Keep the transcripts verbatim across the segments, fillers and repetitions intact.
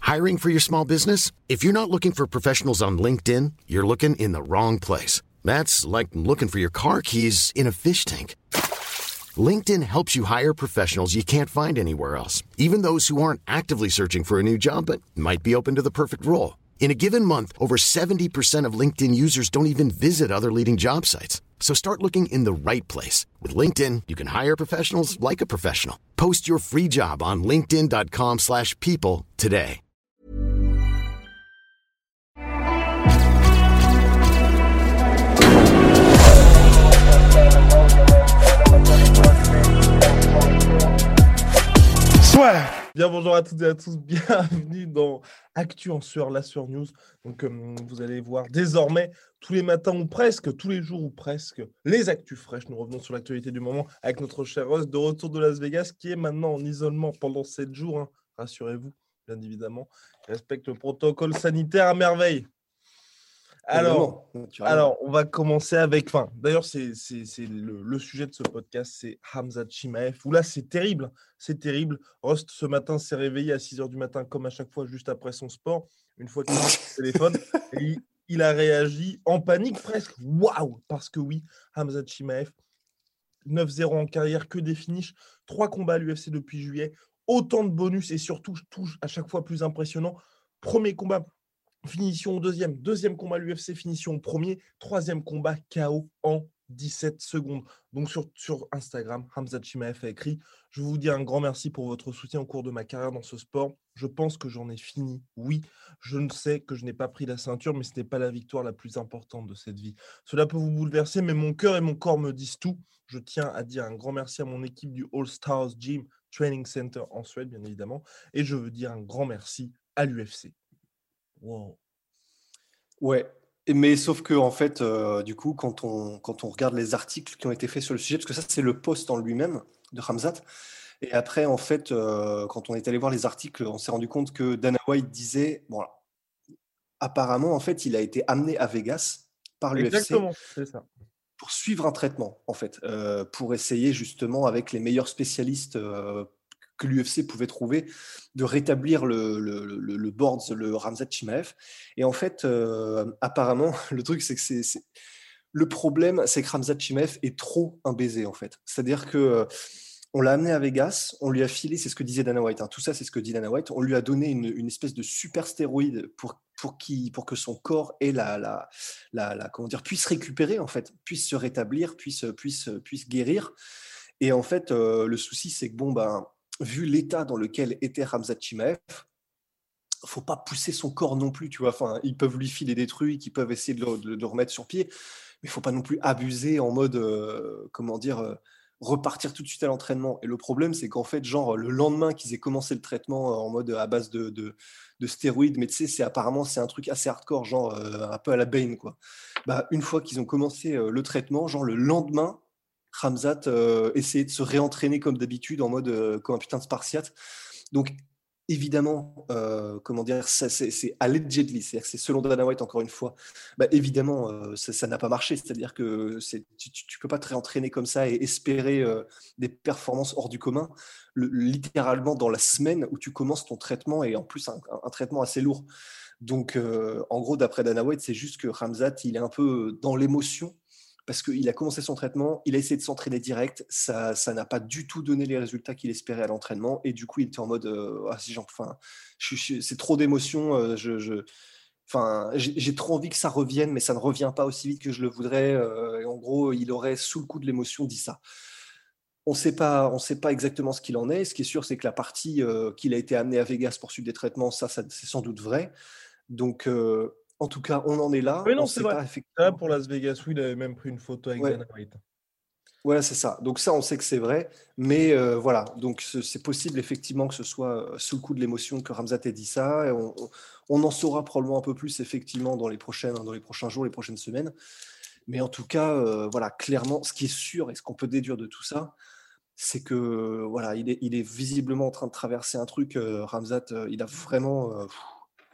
Hiring for your small business? If you're not looking for professionals on LinkedIn, you're looking in the wrong place. That's like looking for your car keys in a fish tank. LinkedIn helps you hire professionals you can't find anywhere else, even those who aren't actively searching for a new job but might be open to the perfect role. In a given month, over seventy percent of LinkedIn users don't even visit other leading job sites. So start looking in the right place. With LinkedIn, you can hire professionals like a professional. Post your free job on linkedin.com slash people today. Soit. Bien bonjour à toutes et à tous, bienvenue dans Actu en sueur, la sueur news. Donc comme vous allez voir désormais tous les matins ou presque, tous les jours ou presque, les actus fraîches. Nous revenons sur l'actualité du moment avec notre cher host de retour de Las Vegas qui est maintenant en isolement pendant sept jours. Hein. Rassurez-vous, bien évidemment. Il respecte le protocole sanitaire à merveille. Alors, alors, on va commencer avec... Enfin, d'ailleurs, c'est, c'est, c'est le, le sujet de ce podcast, c'est Khamzat Chimaev. Où là, c'est terrible, c'est terrible. Rust, ce matin, s'est réveillé à six heures du matin, comme à chaque fois, juste après son sport. Une fois qu'il a pris le téléphone, et il, il a réagi en panique presque. Waouh! Parce que oui, Khamzat Chimaev, neuf zéro en carrière, que des finishes, trois combats à l'U F C depuis juillet, autant de bonus et surtout, tout à chaque fois plus impressionnant. Premier combat, finition au deuxième, deuxième combat à l'U F C, finition au premier, troisième combat K O en dix-sept secondes. Donc sur, sur Instagram, Khamzat Chimaev a écrit « Je vous dis un grand merci pour votre soutien au cours de ma carrière dans ce sport. Je pense que j'en ai fini, oui. Je ne sais que je n'ai pas pris la ceinture, mais ce n'est pas la victoire la plus importante de cette vie. Cela peut vous bouleverser, mais mon cœur et mon corps me disent tout. Je tiens à dire un grand merci à mon équipe du All Stars Gym Training Center en Suède, bien évidemment. Et je veux dire un grand merci à l'U F C. » Wow. Ouais, mais sauf que en fait, euh, du coup, quand on, quand on regarde les articles qui ont été faits sur le sujet, parce que ça, c'est le post en lui-même de Khamzat, et après, en fait, euh, quand on est allé voir les articles, on s'est rendu compte que Dana White disait, bon, alors, apparemment, en fait, il a été amené à Vegas par l'U F C. Exactement, c'est ça. Pour suivre un traitement, en fait, euh, pour essayer justement avec les meilleurs spécialistes euh, que l'U F C pouvait trouver, de rétablir le, le, le, le board, le Khamzat Chimaev. Et en fait, euh, apparemment, le truc, c'est que c'est, c'est... le problème, c'est que Khamzat Chimaev est trop un baiser, en fait. C'est-à-dire que euh, on l'a amené à Vegas, on lui a filé, c'est ce que disait Dana White, hein, tout ça, c'est ce que dit Dana White, on lui a donné une, une espèce de super stéroïde pour, pour, qui, pour que son corps ait la, la, la, la, comment dire, puisse récupérer, en fait, puisse se rétablir, puisse, puisse, puisse guérir. Et en fait, euh, le souci, c'est que bon, ben, vu l'état dans lequel était Khamzat Chimaev, faut pas pousser son corps non plus, tu vois. Enfin, ils peuvent lui filer des trucs, ils peuvent essayer de le, de le remettre sur pied, mais il faut pas non plus abuser en mode, euh, comment dire, euh, repartir tout de suite à l'entraînement. Et le problème, c'est qu'en fait, genre, le lendemain qu'ils aient commencé le traitement en mode à base de, de, de stéroïdes, mais tu sais, c'est apparemment, c'est un truc assez hardcore, genre, euh, un peu à la Bane, quoi. Bah, une fois qu'ils ont commencé euh, le traitement, genre, le lendemain, Khamzat euh, essayait de se réentraîner comme d'habitude en mode euh, comme un putain de Spartiate. Donc évidemment, euh, comment dire, ça, c'est, c'est allegedly, c'est-à-dire que c'est selon Dana White encore une fois. Bah, évidemment, euh, ça, ça n'a pas marché. C'est-à-dire que c'est, tu, tu peux pas te réentraîner comme ça et espérer euh, des performances hors du commun. Le, littéralement dans la semaine où tu commences ton traitement et en plus un, un, un traitement assez lourd. Donc euh, en gros, d'après Dana White, c'est juste que Khamzat, il est un peu dans l'émotion. Parce qu'il a commencé son traitement, il a essayé de s'entraîner direct, ça, ça n'a pas du tout donné les résultats qu'il espérait à l'entraînement, et du coup, il était en mode, euh, ah, si j'en, enfin, je, je, c'est trop d'émotions, euh, je, je, enfin, j'ai, j'ai trop envie que ça revienne, mais ça ne revient pas aussi vite que je le voudrais. Euh, et en gros, il aurait, sous le coup de l'émotion, dit ça. On sait pas, on sait pas exactement ce qu'il en est. Ce qui est sûr, c'est que la partie euh, qu'il a été amené à Vegas pour suivre des traitements, ça, ça c'est sans doute vrai. Donc, euh, en tout cas, on en est là. Oui, non, on c'est sait vrai. pas C'est effectivement. vrai pour Las Vegas, oui, il avait même pris une photo avec Ouais. Dana White. Voilà, c'est ça. Donc ça, on sait que c'est vrai, mais euh, voilà. Donc c'est, c'est possible effectivement que ce soit sous le coup de l'émotion que Khamzat ait dit ça. Et on, on, on en saura probablement un peu plus effectivement dans les prochaines, dans les prochains jours, les prochaines semaines. Mais en tout cas, euh, voilà, clairement, ce qui est sûr et ce qu'on peut déduire de tout ça, c'est que voilà, il est, il est visiblement en train de traverser un truc. Euh, Khamzat, euh, il a vraiment, euh, pff,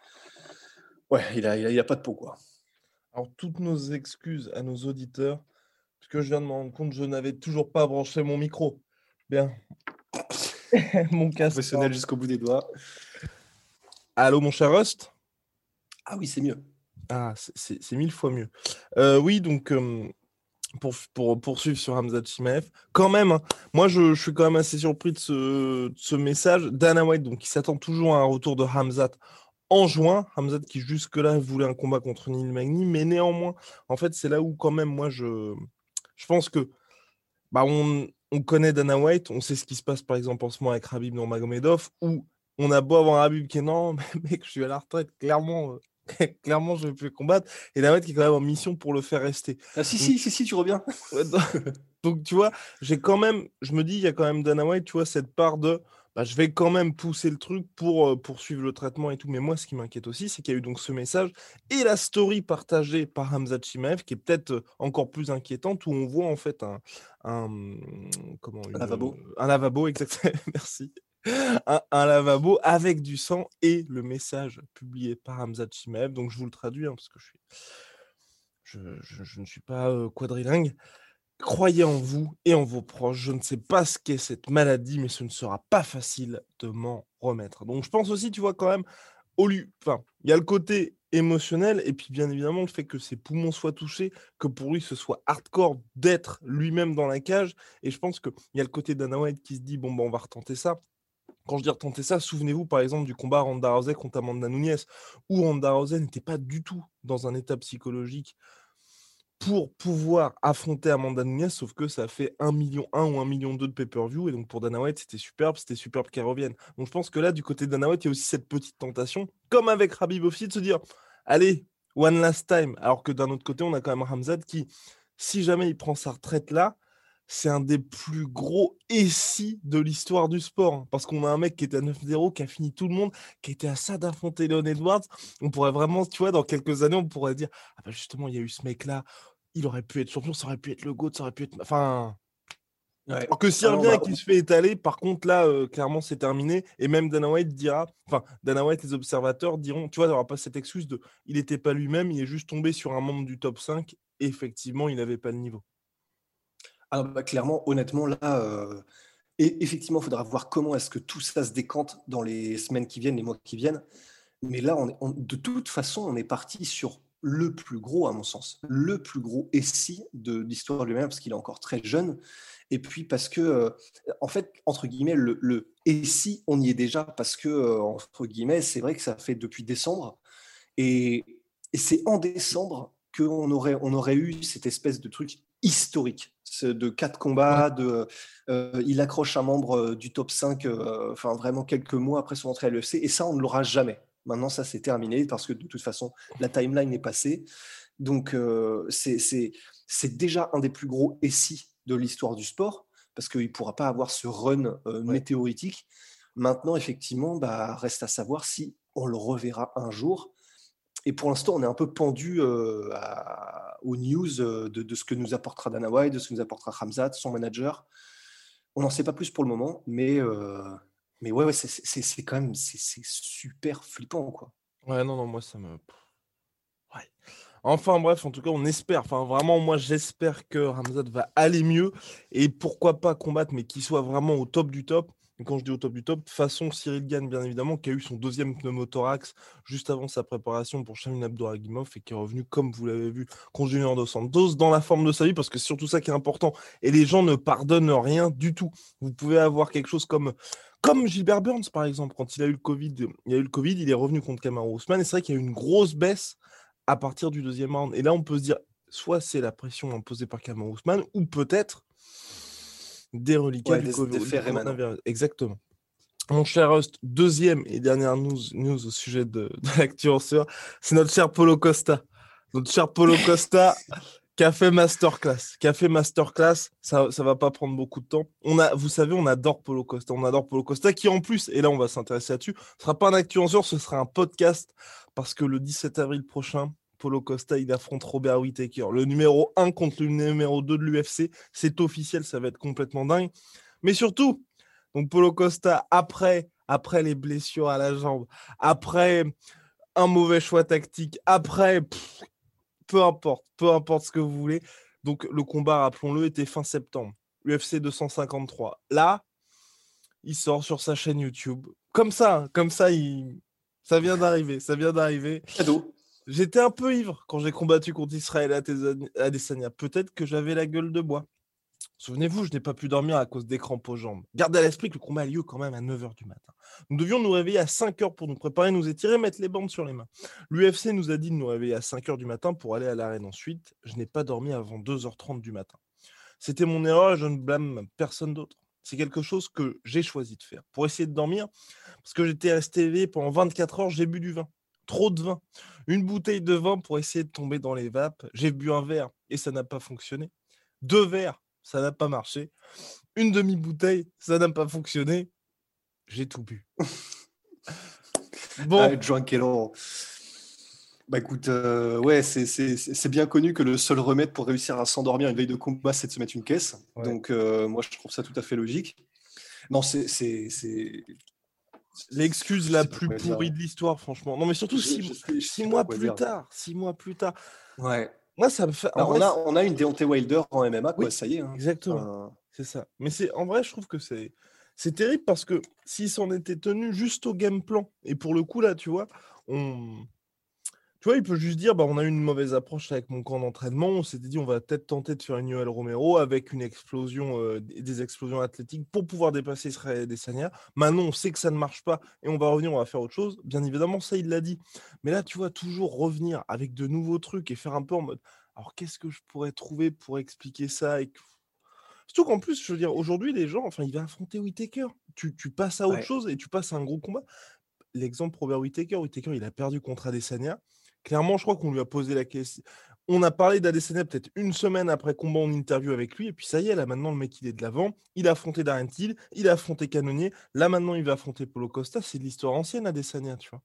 ouais, il a, il a, il a pas de peau quoi. Alors, toutes nos excuses à nos auditeurs, parce que je viens de me rendre compte que je n'avais toujours pas branché mon micro. Bien. Mon casque. Professionnel jusqu'au bout des doigts. Allô, mon cher Rust? Ah oui, c'est mieux. Ah, c'est c'est- c'est mille fois mieux. Euh, oui, donc, euh, pour, pour poursuivre sur Hamza Chimaev, quand même, hein, moi, je, je suis quand même assez surpris de ce, de ce message. Dana White, donc, qui s'attend toujours à un retour de Hamzat en juin. Hamzat qui, jusque-là, voulait un combat contre Neil Magny, mais néanmoins, en fait, c'est là où, quand même, moi, je, je pense que bah, on, on connaît Dana White, on sait ce qui se passe, par exemple, en ce moment avec Khabib Nurmagomedov, où on a beau avoir Khabib qui est non, mais mec, je suis à la retraite, clairement, euh, clairement, je ne vais plus combattre. Et Dana White qui est quand même en mission pour le faire rester. Ah si, Donc, si, si, si, tu reviens. ouais, donc, donc, tu vois, j'ai quand même, je me dis, il y a quand même Dana White, tu vois, cette part de, bah, je vais quand même pousser le truc pour euh, poursuivre le traitement et tout. Mais moi, ce qui m'inquiète aussi, c'est qu'il y a eu donc ce message et la story partagée par Hamza Chimaev, qui est peut-être euh, encore plus inquiétante, où on voit en fait un, un comment Un une, lavabo. un lavabo, exactement, merci. Un, un lavabo avec du sang et le message publié par Hamza Chimaev. Donc je vous le traduis hein, parce que je suis, je, je- je ne suis pas euh, quadrilingue. Croyez en vous et en vos proches. Je ne sais pas ce qu'est cette maladie, mais ce ne sera pas facile de m'en remettre. Donc je pense aussi, tu vois, quand même, au lieu, enfin, il y a le côté émotionnel et puis bien évidemment le fait que ses poumons soient touchés, que pour lui ce soit hardcore d'être lui-même dans la cage. Et je pense qu'il y a le côté Dana White qui se dit bon, ben, on va retenter ça. Quand je dis retenter ça, souvenez-vous par exemple du combat Ronda Rousey contre Amanda Nunes, où Ronda Rousey n'était pas du tout dans un état psychologique pour pouvoir affronter Amanda Nunes, sauf que ça fait un million un ou un million deux de pay-per-view, et donc pour Dana White, c'était superbe, c'était superbe qu'elle revienne. Donc je pense que là, du côté de Dana White, il y a aussi cette petite tentation, comme avec Khabib aussi, de se dire, allez, one last time, alors que d'un autre côté, on a quand même Khamzat qui, si jamais il prend sa retraite là, c'est un des plus gros et si de l'histoire du sport, hein, parce qu'on a un mec qui était à neuf zéro, qui a fini tout le monde, qui était à ça d'affronter Leon Edwards. On pourrait vraiment, tu vois, dans quelques années, on pourrait dire, ah bah justement, il y a eu ce mec-là, il aurait pu être champion, ça aurait pu être le GOAT, ça aurait pu être. Enfin. Ouais. Alors que s'il Ah non, revient bah, et qu'il se fait étaler, par contre, là, euh, clairement, c'est terminé. Et même Dana White dira. Enfin, Dana White, les observateurs diront, tu vois, il n'y aura pas cette excuse de il n'était pas lui-même, il est juste tombé sur un membre du top cinq. Et effectivement, il n'avait pas le niveau. ah bah, clairement, honnêtement, là, euh, et effectivement, il faudra voir comment est-ce que tout ça se décante dans les semaines qui viennent, les mois qui viennent. Mais là, on est- on- de toute façon, on est parti sur le plus gros, à mon sens, le plus gros essai de l'histoire de lui-même, parce qu'il est encore très jeune. Et puis parce que, euh, en fait, entre guillemets, le, le et si on y est déjà, parce que, euh, entre guillemets, c'est vrai que ça fait depuis décembre. Et, et c'est en décembre qu'on aurait, on aurait eu cette espèce de truc historique, ce- de quatre Ouais. combats, de, euh, il accroche un membre euh, du top cinq, euh, enfin vraiment quelques mois après son entrée à l'U F C, et ça, on ne l'aura jamais. Maintenant, ça, c'est terminé, parce que de toute façon, la timeline est passée. Donc, euh, c'est c'est- c'est déjà un des plus gros essais de l'histoire du sport, parce qu'il ne pourra pas avoir ce run euh, Ouais. météoritique. Maintenant, effectivement, bah, reste à savoir si on le reverra un jour. Et pour l'instant, on est un peu pendu euh, à- aux news euh, de, de ce que nous apportera Dana White, de ce que nous apportera Khamzat, son manager. On n'en sait pas plus pour le moment, mais, euh, mais ouais, ouais c'est, c'est, c'est quand même c'est, c'est super flippant, quoi. Ouais, non, non, moi, ça me. Ouais. Enfin bref, en tout cas, on espère. Enfin, vraiment, moi, j'espère que Ramzat va aller mieux et pourquoi pas combattre, mais qu'il soit vraiment au top du top. Et quand je dis au top du top, façon Cyril Gane, bien évidemment, qui a eu son deuxième pneumothorax juste avant sa préparation pour Shamil Abdouragimov et qui est revenu, comme vous l'avez vu, contre Junior Dos Santos, dans la forme de sa vie, parce que c'est surtout ça qui est important. Et les gens ne pardonnent rien du tout. Vous pouvez avoir quelque chose comme. Comme Gilbert Burns, par exemple, quand il a eu le Covid, il a eu le Covid, il est revenu contre Kamaru Usman, et c'est vrai qu'il y a eu une grosse baisse à partir du deuxième round. Et là, on peut se dire, soit c'est la pression imposée par Kamaru Usman, ou peut-être des reliquats Ouais, du, des, des co- du faits rémanents. coronavirus. Exactement. Mon cher Rust, deuxième et dernière news, news au sujet de, de l'actu en sueur, c'est notre cher Polo Costa. Notre cher Polo Costa qui a fait masterclass. Qui a fait masterclass, ça ça va pas prendre beaucoup de temps. On a, vous savez, on adore Polo Costa. On adore Polo Costa qui, en plus, et là, on va s'intéresser là-dessus, ce sera pas un actu en sueur, ce sera un podcast parce que le dix-sept avril prochain, Polo Costa, il affronte Robert Whittaker. Le numéro un contre le numéro deux de l'U F C. C'est officiel, ça va être complètement dingue. Mais surtout, donc Polo Costa, après, après les blessures à la jambe, après un mauvais choix tactique, après, pff, peu importe, peu importe ce que vous voulez. Donc le combat, rappelons-le, était fin septembre. U F C deux cent cinquante-trois. Là, il sort sur sa chaîne YouTube. Comme ça, hein, comme ça, il, Ça vient d'arriver, ça vient d'arriver. Cadeau. J'étais un peu ivre quand j'ai combattu contre Israël Adesanya. Peut-être que j'avais la gueule de bois. Souvenez-vous, je n'ai pas pu dormir à cause des crampes aux jambes. Gardez à l'esprit que le combat a lieu quand même à neuf heures du matin. Nous devions nous réveiller à cinq heures pour nous préparer, nous étirer, mettre les bandes sur les mains. L'U F C nous a dit de nous réveiller à cinq heures du matin pour aller à l'arène ensuite. Je n'ai pas dormi avant deux heures trente du matin. C'était mon erreur et je ne blâme personne d'autre. C'est quelque chose que j'ai choisi de faire. Pour essayer de dormir, parce que j'étais resté éveillé pendant vingt-quatre heures, j'ai bu du vin. Trop de vin. Une bouteille de vin pour essayer de tomber dans les vapes. J'ai bu un verre et ça n'a pas fonctionné. Deux verres, ça n'a pas marché. Une demi-bouteille, ça n'a pas fonctionné. J'ai tout bu. Bon. Ah, Joan Kellon. Bah écoute, euh, ouais, c'est, c'est, c'est bien connu que le seul remède pour réussir à s'endormir une veille de combat, c'est de se mettre une caisse. Ouais. Donc euh, moi, je trouve ça tout à fait logique. Non, c'est... c'est, c'est... L'excuse la plus pourrie de l'histoire, franchement. Non, mais surtout je, six, je sais, je six mois plus dire. tard. Six mois plus tard. Ouais. Moi, ça me fait. Alors, vrai, on, a, on a une Deontay Wilder en M M A, quoi, oui, ça y est. Hein. Exactement. Euh... C'est ça. Mais c'est, en vrai, je trouve que c'est, c'est terrible parce que s'il s'en était tenu juste au game plan, et pour le coup, là, tu vois, on. Tu vois, il peut juste dire, bah, on a eu une mauvaise approche avec mon camp d'entraînement. On s'était dit, on va peut-être tenter de faire une Yoel Romero avec une explosion, euh, des explosions athlétiques pour pouvoir dépasser Israël Adesanya. Maintenant, on sait que ça ne marche pas et on va revenir, on va faire autre chose. Bien évidemment, ça, il l'a dit. Mais là, tu vois, toujours revenir avec de nouveaux trucs et faire un peu en mode, alors qu'est-ce que je pourrais trouver pour expliquer ça et... Surtout qu'en plus, je veux dire, aujourd'hui, les gens, enfin, il va affronter Whittaker. Tu, tu passes à autre ouais. chose et tu passes à un gros combat. L'exemple Robert Whittaker, Whittaker, il a perdu contre Adesanya. Clairement, je crois qu'on lui a posé la question. On a parlé d'Adesanya peut-être une semaine après combat en interview avec lui, et puis ça y est, là maintenant le mec il est de l'avant, il a affronté Darren Till, il a affronté Cannonier, là maintenant il va affronter Paulo Costa, c'est de l'histoire ancienne Adesanya, tu vois.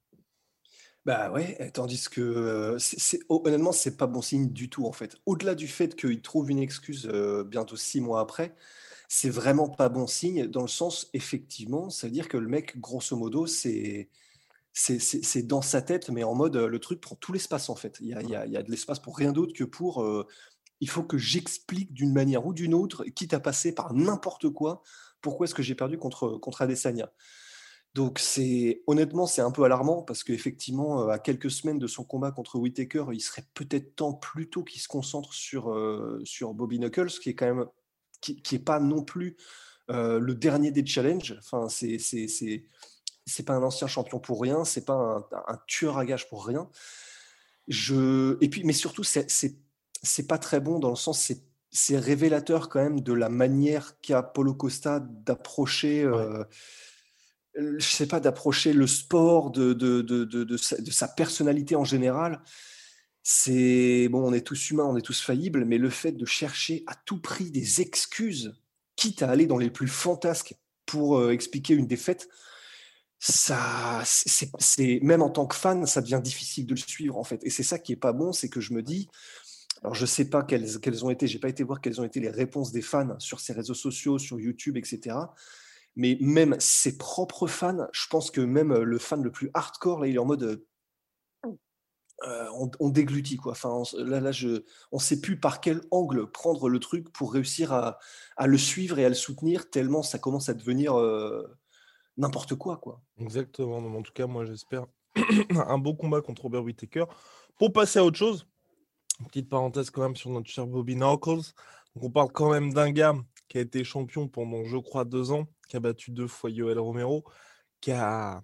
Bah ouais, tandis que euh, c'est, c'est, honnêtement, c'est pas bon signe du tout en fait. Au-delà du fait qu'il trouve une excuse euh, bientôt six mois après, c'est vraiment pas bon signe dans le sens, effectivement, ça veut dire que le mec, grosso modo, c'est. C'est, c'est, c'est dans sa tête, mais en mode, le truc prend tout l'espace en fait. Il y a, il y a, il y a de l'espace pour rien d'autre que pour... Euh, il faut que j'explique d'une manière ou d'une autre, quitte à passer par n'importe quoi, pourquoi est-ce que j'ai perdu contre, contre Adesanya. Donc c'est, honnêtement, c'est un peu alarmant, parce qu'effectivement, à quelques semaines de son combat contre Whittaker, il serait peut-être temps plutôt qu'il se concentre sur, euh, sur Bobby Knuckles, qui est quand même... qui, qui est pas non plus euh, le dernier des challenges. Enfin, c'est... c'est, c'est c'est pas un ancien champion pour rien, c'est pas un, un tueur à gages pour rien. Je... Et puis, mais surtout, c'est, c'est, c'est pas très bon dans le sens, c'est, c'est révélateur quand même de la manière qu'a Paulo Costa d'approcher, ouais. euh, je sais pas, d'approcher le sport, de, de, de, de, de, sa, de sa personnalité en général. C'est bon, on est tous humains, on est tous faillibles, mais le fait de chercher à tout prix des excuses, quitte à aller dans les plus fantasques pour euh, expliquer une défaite, ça, c'est, c'est, même en tant que fan, ça devient difficile de le suivre en fait. Et c'est ça qui est pas bon, c'est que je me dis, alors je sais pas quelles, quelles ont été, j'ai pas été voir quelles ont été les réponses des fans sur ces réseaux sociaux, sur YouTube, et cetera. Mais même ses propres fans, je pense que même le fan le plus hardcore, là, il est en mode, euh, on, on déglutit quoi. Enfin, on, là, là, je, on sait plus par quel angle prendre le truc pour réussir à, à le suivre et à le soutenir tellement ça commence à devenir euh, n'importe quoi, quoi. Exactement. En tout cas, moi, j'espère un beau combat contre Robert Whittaker. Pour passer à autre chose, une petite parenthèse quand même sur notre cher Bobby Knuckles. Donc, on parle quand même d'un gars qui a été champion pendant, je crois, deux ans, qui a battu deux fois Yoel Romero, qui a...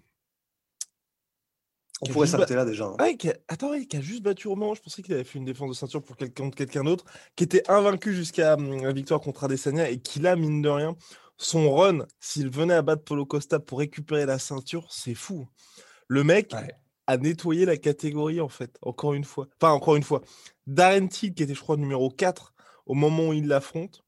On qui pourrait s'arrêter bat... là déjà. Hein. Ah, qui a... Attends, ouais, qui a juste battu Romero. Je pensais qu'il avait fait une défense de ceinture pour quelqu'un, quelqu'un d'autre, qui était invaincu jusqu'à hum, la victoire contre Adesanya et qui, là, mine de rien, son run, s'il venait à battre Paulo Costa pour récupérer la ceinture, c'est fou. Le mec ouais. a nettoyé la catégorie, en fait, encore une fois. Enfin, encore une fois. Darren Till, qui était, je crois, numéro quatre au moment où il l'affronte.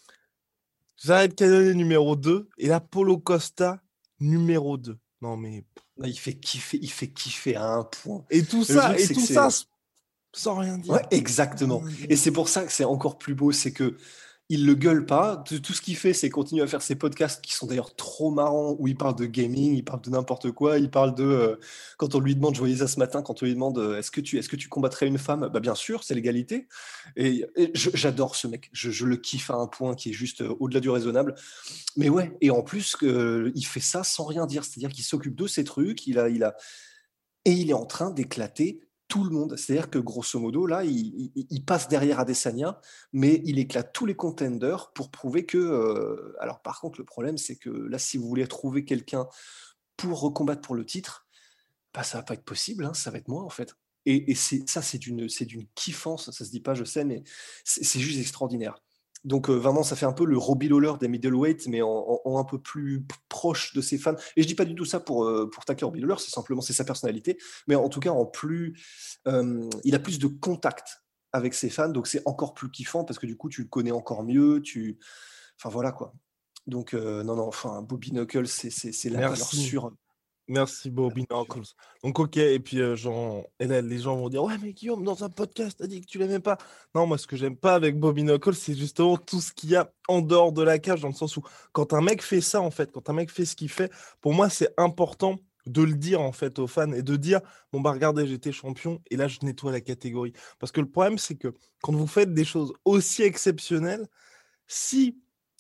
Jared Cannonier, numéro deux. Et là, Paulo Costa, numéro deux. Non, mais... Non, il fait kiffer, il fait kiffer à un point. Et tout ça, truc, et tout ça, sans rien dire. Ouais, exactement. Et c'est pour ça que c'est encore plus beau, c'est que il le gueule pas. Tout ce qu'il fait, c'est continuer à faire ses podcasts qui sont d'ailleurs trop marrants, où il parle de gaming, il parle de n'importe quoi, il parle de... Euh, quand on lui demande, je voyais ça ce matin, quand on lui demande euh, est-ce que tu, est-ce que tu combattrais une femme ? Bah bien sûr, c'est l'égalité. Et, et je, j'adore ce mec. Je, je le kiffe à un point qui est juste euh, au-delà du raisonnable. Mais ouais, et en plus, euh, il fait ça sans rien dire. C'est-à-dire qu'il s'occupe de ses trucs, il a... Il a et il est en train d'éclater tout le monde. C'est-à-dire que grosso modo, là, il, il, il passe derrière Adesanya, mais il éclate tous les contenders pour prouver que... Euh... Alors par contre, le problème, c'est que là, si vous voulez trouver quelqu'un pour recombattre pour le titre, bah, ça va pas être possible, hein, ça va être moi en fait. Et, et c'est, ça, c'est d'une, c'est d'une kiffance, ça se dit pas, je sais, mais c'est, c'est juste extraordinaire. Donc euh, vraiment, ça fait un peu le Robbie Lawler des middleweight, mais en, en, en un peu plus p- proche de ses fans. Et je dis pas du tout ça pour, euh, pour taquer Robbie Lawler, c'est simplement c'est sa personnalité, mais en tout cas, en plus, euh, il a plus de contact avec ses fans, donc c'est encore plus kiffant parce que du coup, tu le connais encore mieux, tu... Enfin voilà quoi. Donc euh, non, non, enfin, Bobby Knuckles, c'est, c'est, c'est la valeur Merci. sûre. Merci Bobby Knuckles. Donc ok, et puis euh, genre, et là, les gens vont dire ouais mais Guillaume dans un podcast t'as dit que tu l'aimais pas. Non, moi ce que j'aime pas avec Bobby Knuckles c'est justement tout ce qu'il y a en dehors de la cage, dans le sens où quand un mec fait ça en fait, quand un mec fait ce qu'il fait, pour moi c'est important de le dire en fait aux fans et de dire bon bah regardez j'étais champion et là je nettoie la catégorie. Parce que le problème c'est que quand vous faites des choses aussi exceptionnelles, si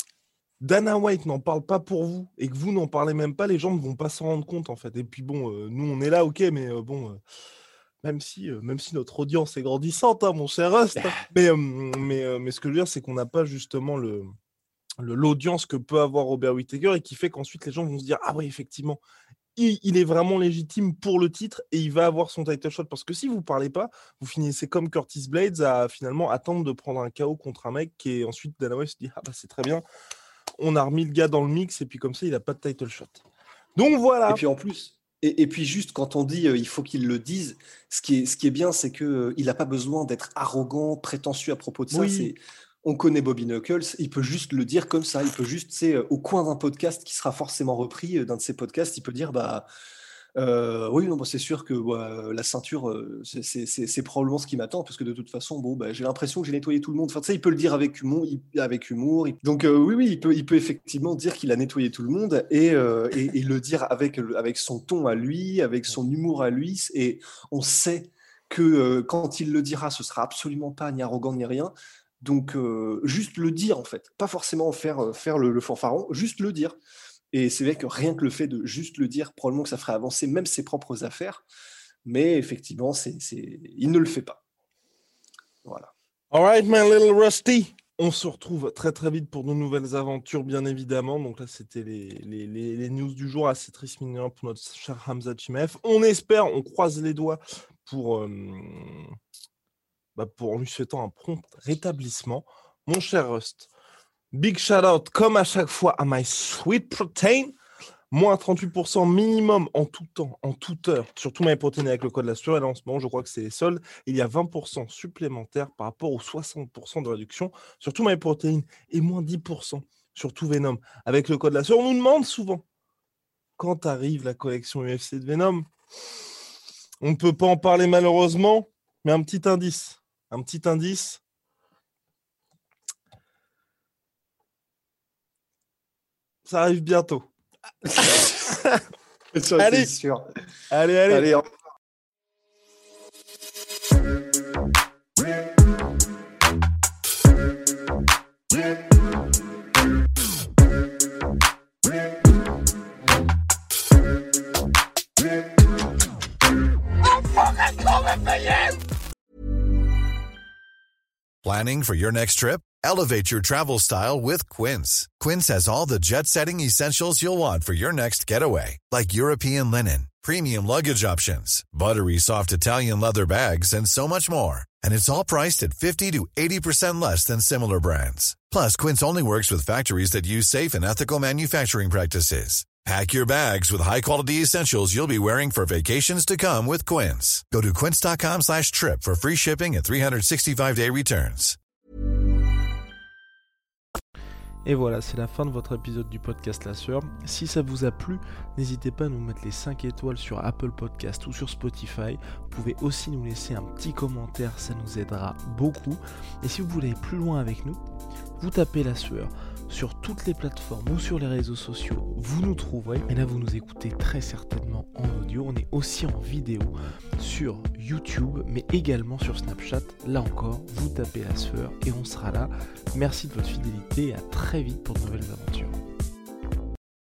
Dana White n'en parle pas pour vous et que vous n'en parlez même pas, les gens ne vont pas s'en rendre compte en fait. Et puis bon, euh, nous on est là, ok, mais euh, bon, euh, même si, euh, même si notre audience est grandissante, hein, mon cher Rust, hein, mais, euh, mais, euh, mais ce que je veux dire, c'est qu'on n'a pas justement le, le- l'audience que peut avoir Robert Whittaker et qui fait qu'ensuite les gens vont se dire ah oui effectivement, il, il est vraiment légitime pour le titre et il va avoir son title shot. Parce que si vous parlez pas, vous finissez comme Curtis Blades à finalement attendre de prendre un K O contre un mec qui est ensuite Dana White se dit ah bah c'est très bien. On a remis le gars dans le mix et puis comme ça, il n'a pas de title shot. Donc voilà. Et puis en plus, et, et puis juste quand on dit euh, il faut qu'il le dise, ce qui est, ce qui est bien, c'est qu'il euh, n'a pas besoin d'être arrogant, prétentieux à propos de ça. Oui. C'est, on connaît Bobby Knuckles, il peut juste le dire comme ça. Il peut juste, c'est au coin d'un podcast qui sera forcément repris, euh, d'un de ses podcasts, il peut dire bah. Euh, oui, non, bon, c'est sûr que bah, la ceinture, euh, c'est, c'est, c'est, c'est probablement ce qui m'attend, parce que de toute façon, bon, bah, j'ai l'impression que j'ai nettoyé tout le monde. Enfin, tu sais, il peut le dire avec humour. Il, avec humour. Il... Donc, euh, oui, oui, il peut, il peut effectivement dire qu'il a nettoyé tout le monde et, euh, et, et le dire avec, avec son ton à lui, avec son humour à lui. Et on sait que euh, quand il le dira, ce sera absolument pas ni arrogant ni rien. Donc, euh, juste le dire, en fait. Pas forcément faire, faire le, le fanfaron, juste le dire. Et c'est vrai que rien que le fait de juste le dire, probablement que ça ferait avancer même ses propres affaires. Mais effectivement, c'est, c'est... il ne le fait pas. Voilà. All right, my little Rusty. On se retrouve très très vite pour de nouvelles aventures, bien évidemment. Donc là, c'était les, les, les, les news du jour, assez triste mineur pour notre cher Khamzat Chimaev. On espère, on croise les doigts pour, euh, bah pour lui souhaitant un prompt rétablissement. Mon cher Rust, big shout out, comme à chaque fois, à My Sweet Protein. Moins trente-huit pour cent minimum en tout temps, en toute heure, surtout MyProtein avec le code de la sueur. Et là, en ce moment, je crois que c'est les soldes. Il y a vingt pour cent supplémentaires par rapport aux soixante pour cent de réduction, surtout MyProtein, et moins dix pour cent sur tout Venom avec le code de la sueur. On nous demande souvent, quand arrive la collection U F C de Venom, on ne peut pas en parler malheureusement, mais un petit indice, un petit indice. Ça arrive bientôt. Ça, allez. c'est sûr. Allez, allez. Allez, on... Planning for your next trip? Elevate your travel style with Quince. Quince has all the jet-setting essentials you'll want for your next getaway, like European linen, premium luggage options, buttery soft Italian leather bags, and so much more. And it's all priced at fifty to eighty percent less than similar brands. Plus, Quince only works with factories that use safe and ethical manufacturing practices. Pack your bags with high-quality essentials you'll be wearing for vacations to come with Quince. Go to quince.com slash trip for free shipping and three sixty-five day returns. Et voilà, c'est la fin de votre épisode du podcast La Sueur. Si ça vous a plu, n'hésitez pas à nous mettre les cinq étoiles sur Apple Podcast ou sur Spotify. Vous pouvez aussi nous laisser un petit commentaire, ça nous aidera beaucoup. Et si vous voulez aller plus loin avec nous, vous tapez La Sueur sur toutes les plateformes ou sur les réseaux sociaux, vous nous trouverez. Et là, vous nous écoutez très certainement en audio. On est aussi en vidéo sur YouTube, mais également sur Snapchat. Là encore, vous tapez La Sueur et on sera là. Merci de votre fidélité et à très vite pour de nouvelles aventures.